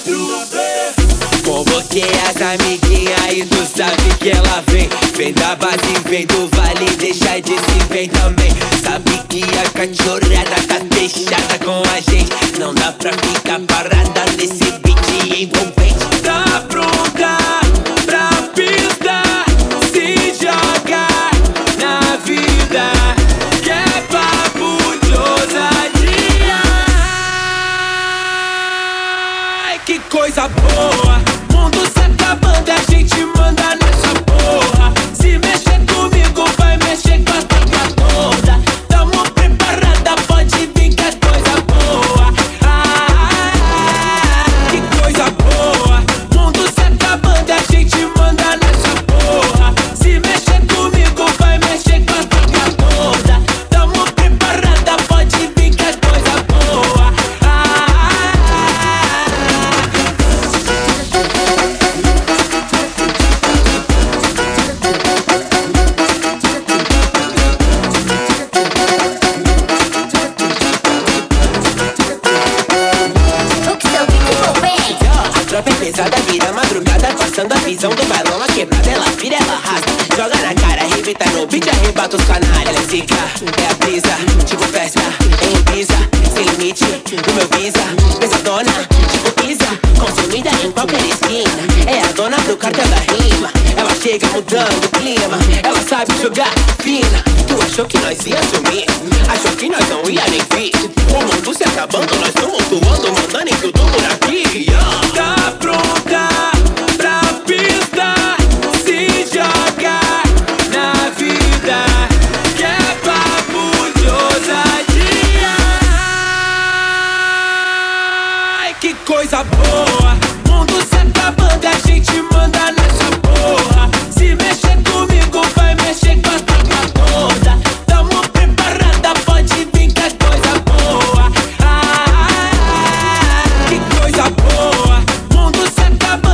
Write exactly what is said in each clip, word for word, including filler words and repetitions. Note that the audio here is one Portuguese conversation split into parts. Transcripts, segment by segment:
Convoquei as amiguinhas e tu sabe que ela vem. Vem da base, vem do vale, deixa de se vem também. Sabe que a cachorrada tá fechada com a gente. Não dá pra ficar parada nesse beat envolvente. Tá pronta pra pista, se joga na vida, que é papo de ousadia. Ai, que coisa boa, mundo se acabando, a gente manda nessa porra. Se mexer comigo, vai mexer com a tropa toda. Tamo preparada, pode vir que é coisa boa. Ah, que coisa boa, mundo se acabando, a gente manda nessa porra. Se mexer comigo, vai mexer com a tropa toda. Tamo preparada, pode vir que é coisa boa. Ah, a tropa é pesada, vira madrugada, passando a visão do balão, a quebrada, ela vira, ela arrasta. Joga na cara, arrebenta no beat, arrebata os canalha. Ela é zica, é a brisa, tipo festa, em Ibiza, sem limite, no meu visa. Pesadona, tipo Isa, consumida em qualquer esquina. É a dona do cartel da rima, ela chega mudando o clima. Ela sabe jogar fina. Tu achou que nós ia sumir, achou que nós não ia nem vir. O mundo se acabando, nós tumultuando, mandando em tudo por aqui. Tá pronta pra pista, se joga na vida, que é papo de ousadia. Ai, que coisa boa, mundo se acabando, a gente manda nessa porra. Se mexer comigo, vai mexer com a tropa toda. Tamo preparada, pode vir que é coisa boa. Ah, que coisa boa, mundo se acabando.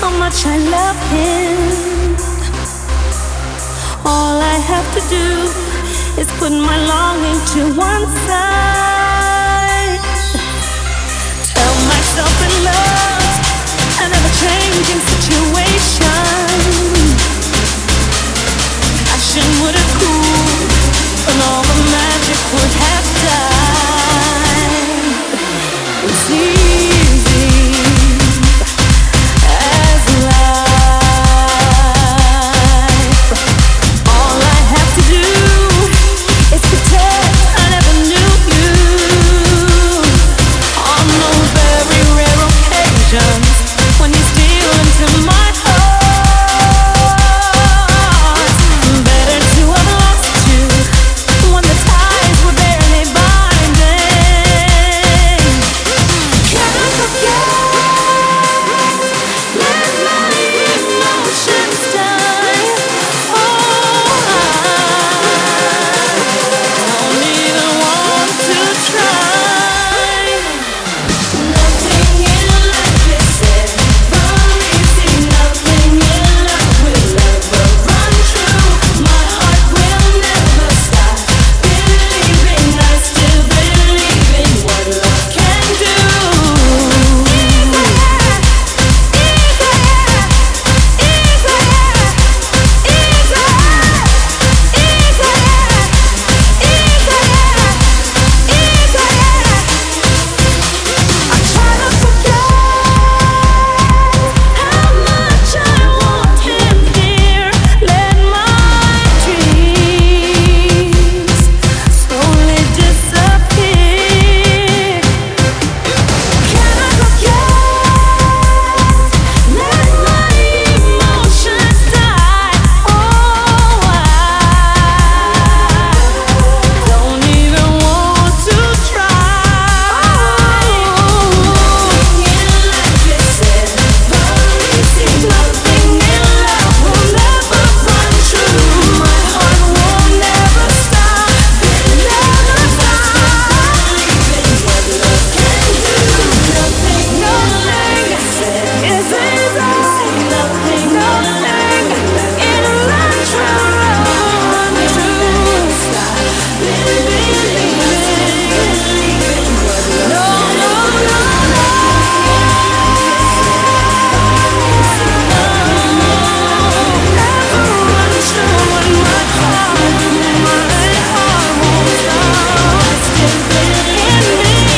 how much I love him. All I have to do is put my longing to one side. Tell myself that love's an ever-changing situation. Passion would have cooled and all the magic would have died. It's easy as life. All I have to do is pretend I never knew you. On those very rare occasions when you steal into my heart, better to have lost you when the ties were barely binding. Can I forget? Let my emotions die. Oh, I don't even want to try. Nothing in life is ever easy. Nothing in life will ever run true. My heart will never stop believing. I still believe in what love can do. Easier, easier, easier, easier, easier, easier. I try to forget how much I want him here. Let my dreams slowly disappear. Can I forget? Let my emotions die. Oh, I don't even want to try. Nothing in life is ever easy. Nothing in love will never run true. My heart will never stop, never stop believing what love can do. Nothing, nothing is easy. Nothing, nothing in life will run true. Stop believing. No, no, no, no. Never run true in my heart. My heart won't stop. Still believe in me.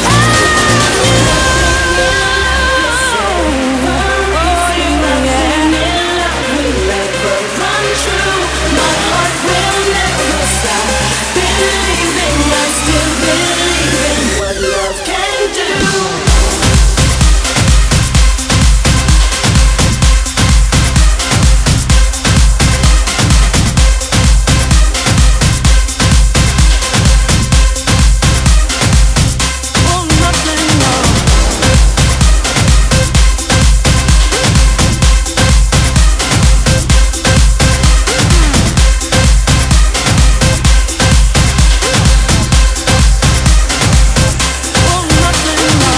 What love can do. Oh, nothing, no. Oh, nothing, no.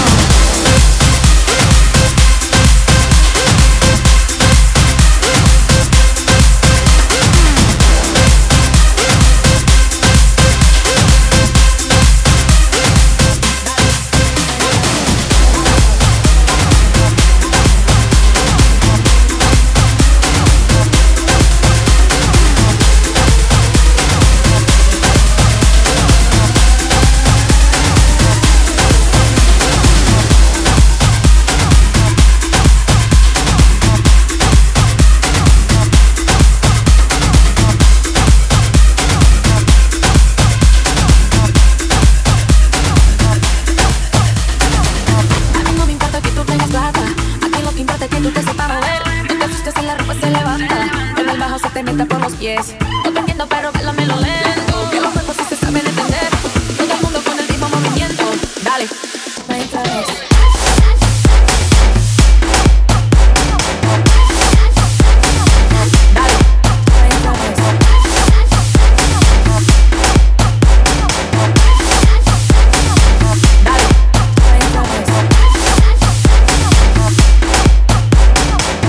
A mí no me importa que tú tengas plata. Aquí lo que importa es que tú te sepas mover. No te asustes si la ropa se levanta. Pero el bajo se te meta por los pies. No te entiendo, pero bailame lo lento. Que los cuerpos sí se saben entender. Todo el mundo con el mismo movimiento. Dale, otra vez. Dale, otra vez. Dale, otra vez.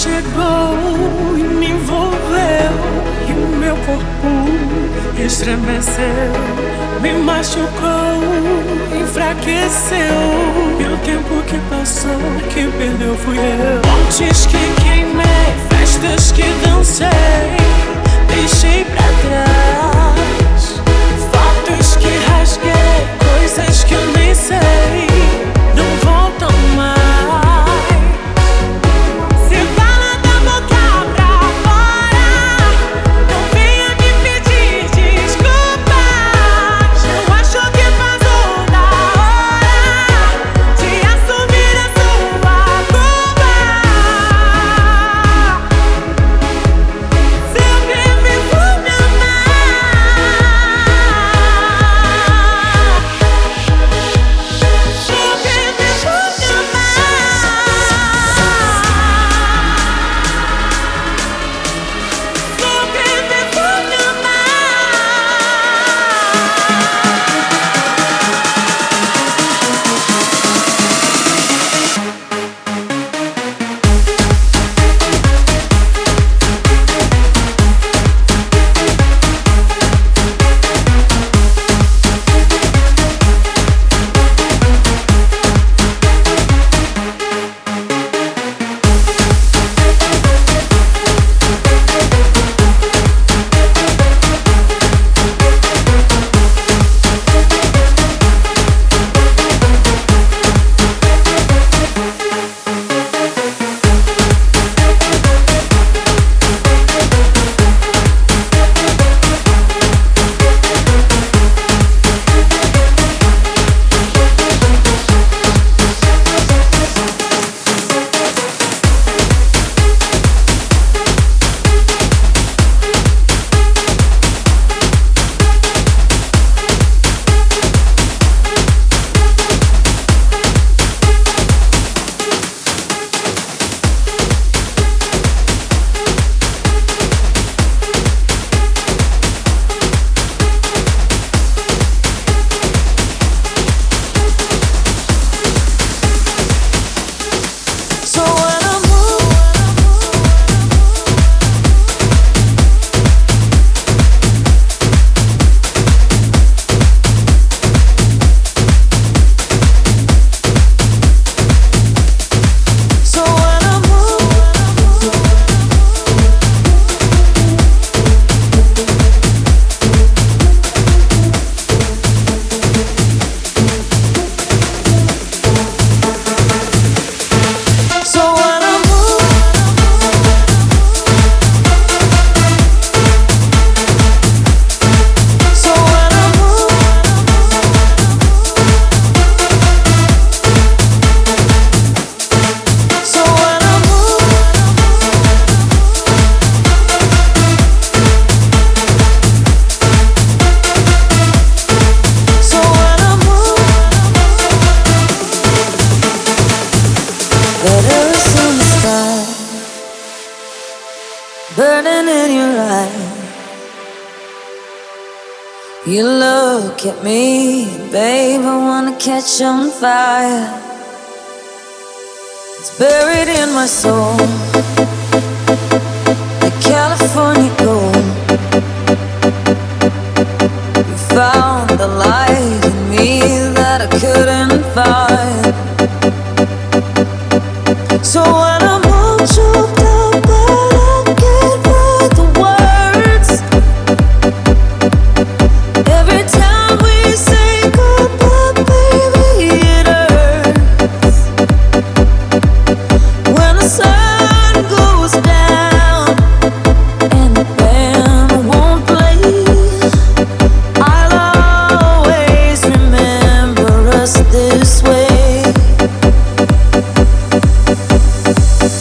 chegou e me envolveu, e o meu corpo estremeceu, me machucou, enfraqueceu, e o tempo que passou, que perdeu fui eu. Pontes que queimei, festas que dancei, deixei pra trás, fotos que rasguei, coisas que eu nem sei, não voltam mais. Burning in your eyes, you look at me, babe, I wanna catch on fire. It's buried in my soul, the California gold. You found the light in me that I couldn't find. So when I'm all choked up, but I can't find the words. Every time we say goodbye, baby, it hurts. When the sun goes down and the band won't play, I'll always remember us this way.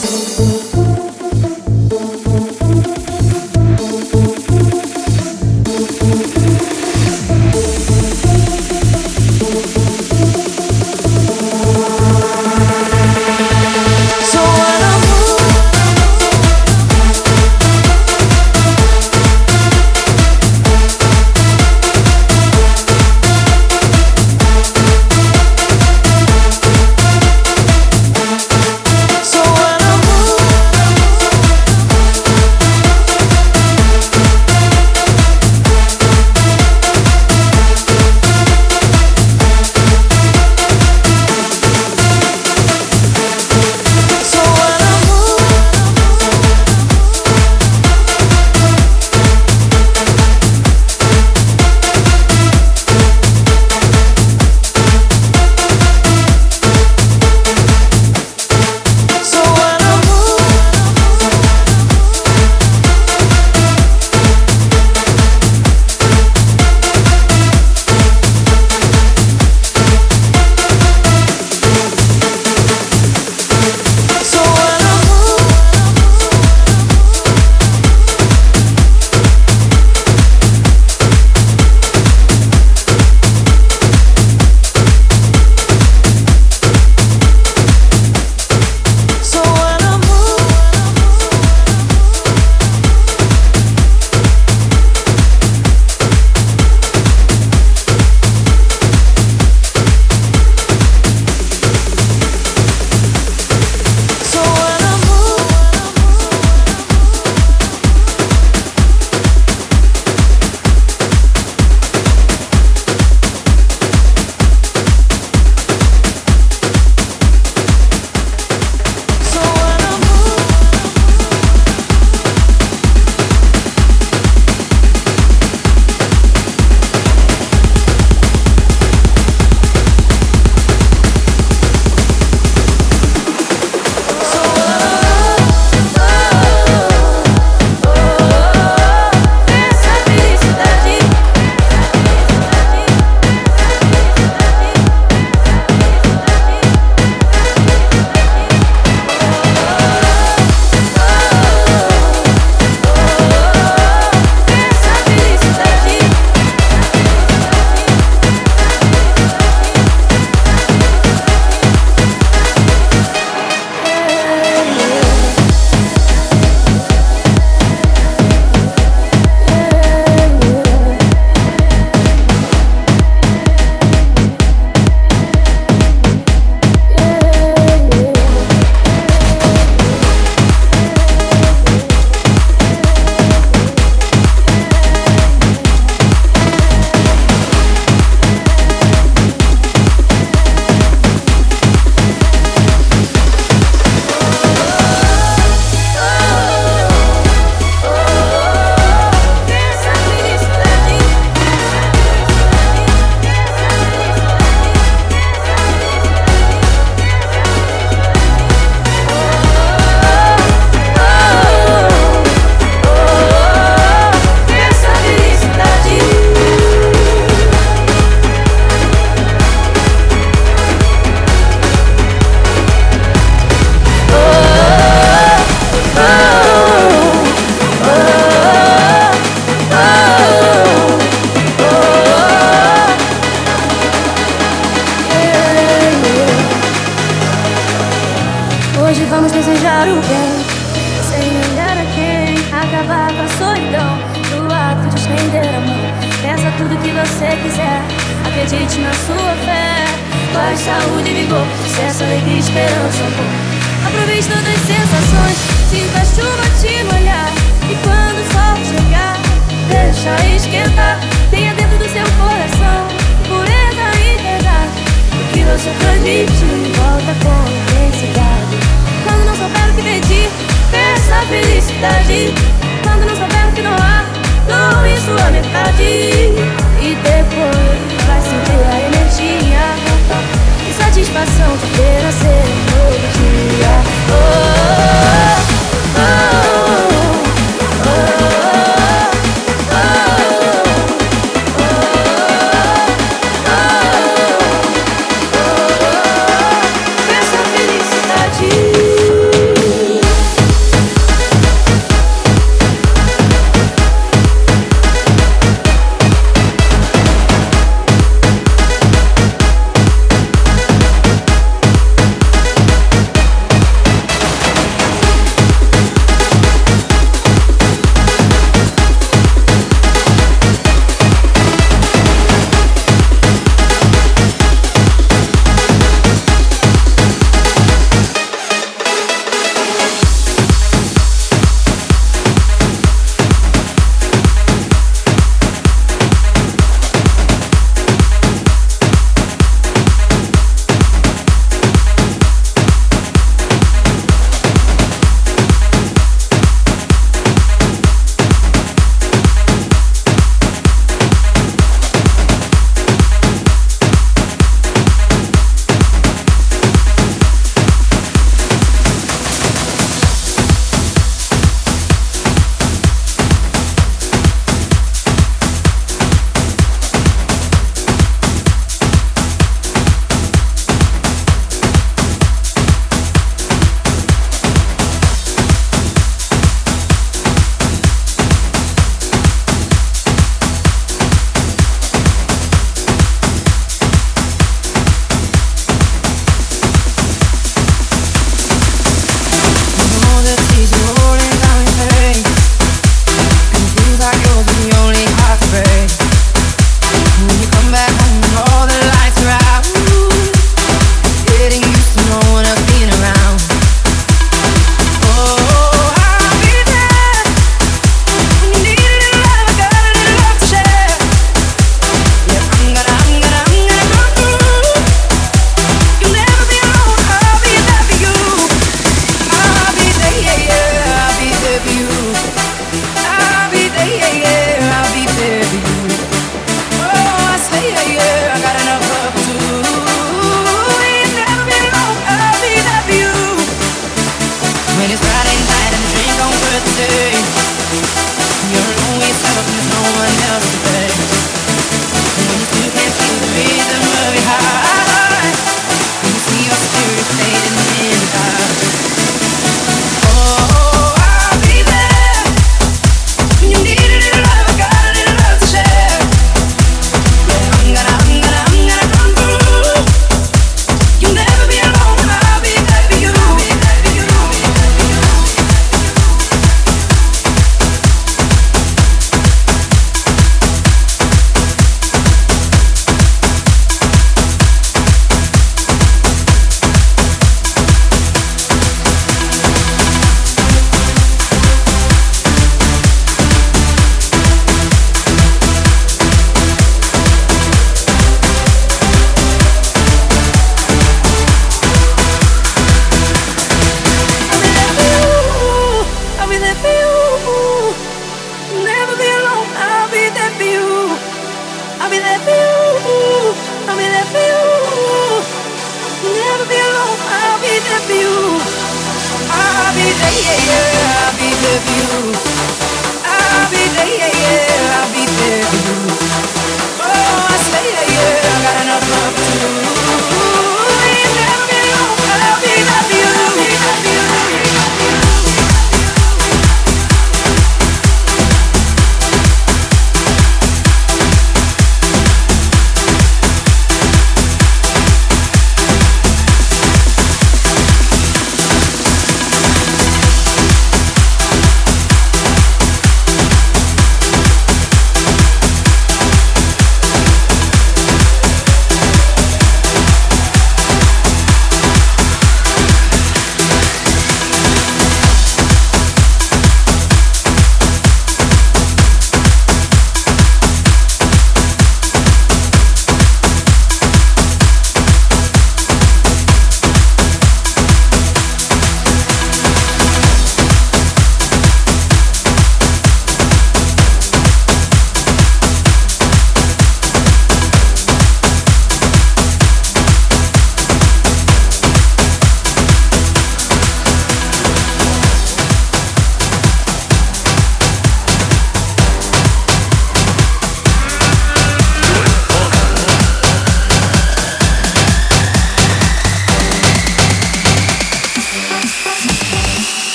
Hoje vamos desejar o bem, sem olhar a quem. Acabar com a solidão, no ato de estender a mão. Peça tudo que você quiser, acredite na sua fé. Paz, saúde, vigor, sucesso, alegria, esperança, amor. Aproveite todas as sensações, sinta a chuva te molhar. E quando o sol chegar, deixa esquentar. Tenha dentro do seu coração pureza e verdade. O que você transmite volta com intensidade. Quando não souber o que pedir, peça a felicidade. Quando não souber o que não há, doe sua metade. E depois vai sentir a energia e satisfação de ter nascer um novo dia. Oh, oh, oh, oh, oh, oh, oh. Peça a felicidade.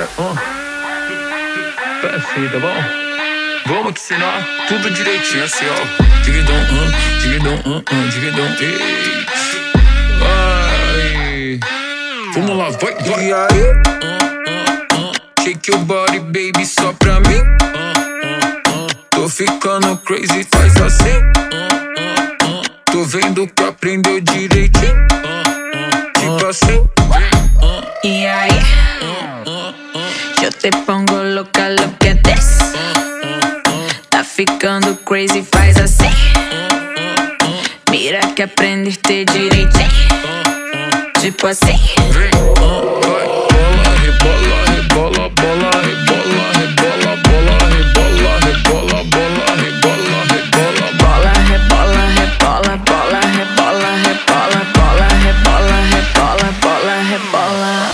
uh. Perfeito, tá bom? Vamos que ensinar tudo direitinho assim, ó. Digidão, uh, digidão, uh, uh, digidão, ei. Vai. Vamos lá, vai, vai. E aí? Uh, uh, uh. Shake your body, baby, só pra mim. Uh, uh, uh. Tô ficando crazy, faz assim. Uh, uh, uh. Tô vendo que aprendeu direitinho. Uh, uh, tipo assim. Y ahí yo te pongo loca, lo que des. Tá ficando crazy, faz assim. Mira que aprendiste direitinho. Tipo assim. Vem, uh, vai, bola, rebola, rebola, bola, rebola, rebola, bola, rebola, rebola, bola, rebola, rebola, bola, rebola, rebola, bola, rebola, rebola, bola, rebola, rebola, bola, rebola.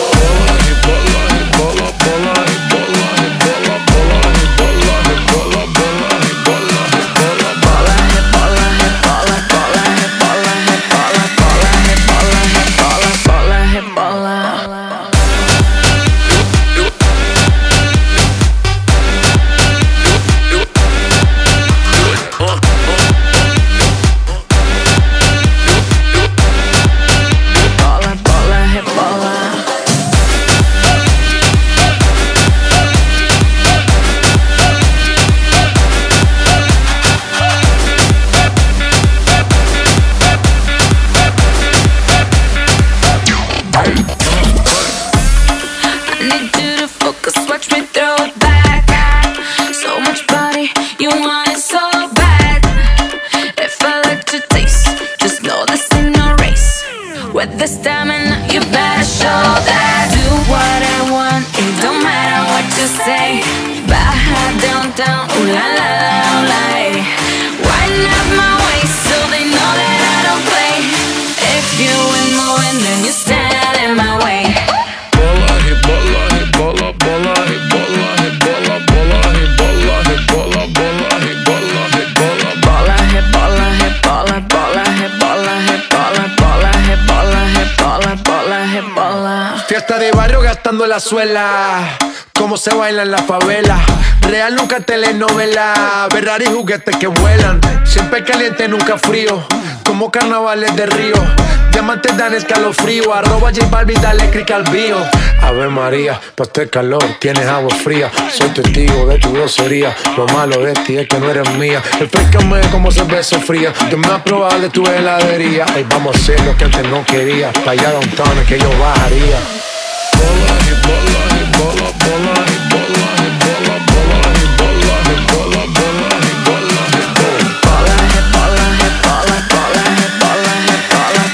This time and you better show that. Do what I want, it don't matter what you say. Baja downtown, ooh la la la, ooh la eh. Wind up my waist so they know that I don't play. If you ain't moving, then you stand in my way. Bola, rebola, rebola, bola, rebola, rebola, bola, rebola, rebola, bola, rebola, rebola, bola, rebola, rebola, bola, rebola, rebola, bola, rebola, rebola, bola, rebola. Fiesta de barrio gastando la suela. Cómo se baila en la favela. Real nunca telenovela. Ferrari juguetes que vuelan. Siempre caliente, nunca frío. Como carnavales de Río. Diamantes dan escalofrío. Arroba J Balvin, dale click al bio. Ave María, pa' este calor tienes agua fría. Soy testigo de tu grosería. Lo malo de ti es que no eres mía. Refrescame como cerveza fría. Yo me has probado de tu heladería. Ay, vamos a hacer lo que antes no quería. Pa' allá downtown es que yo bajaría. Bola, bola, bola, bola, bola, bola, bola, bola, bola, bola, bola, bola, bola, bola, bola, bola, bola,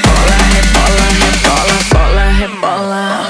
bola, bola, bola.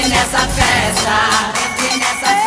Entre nessa festa, entre nessa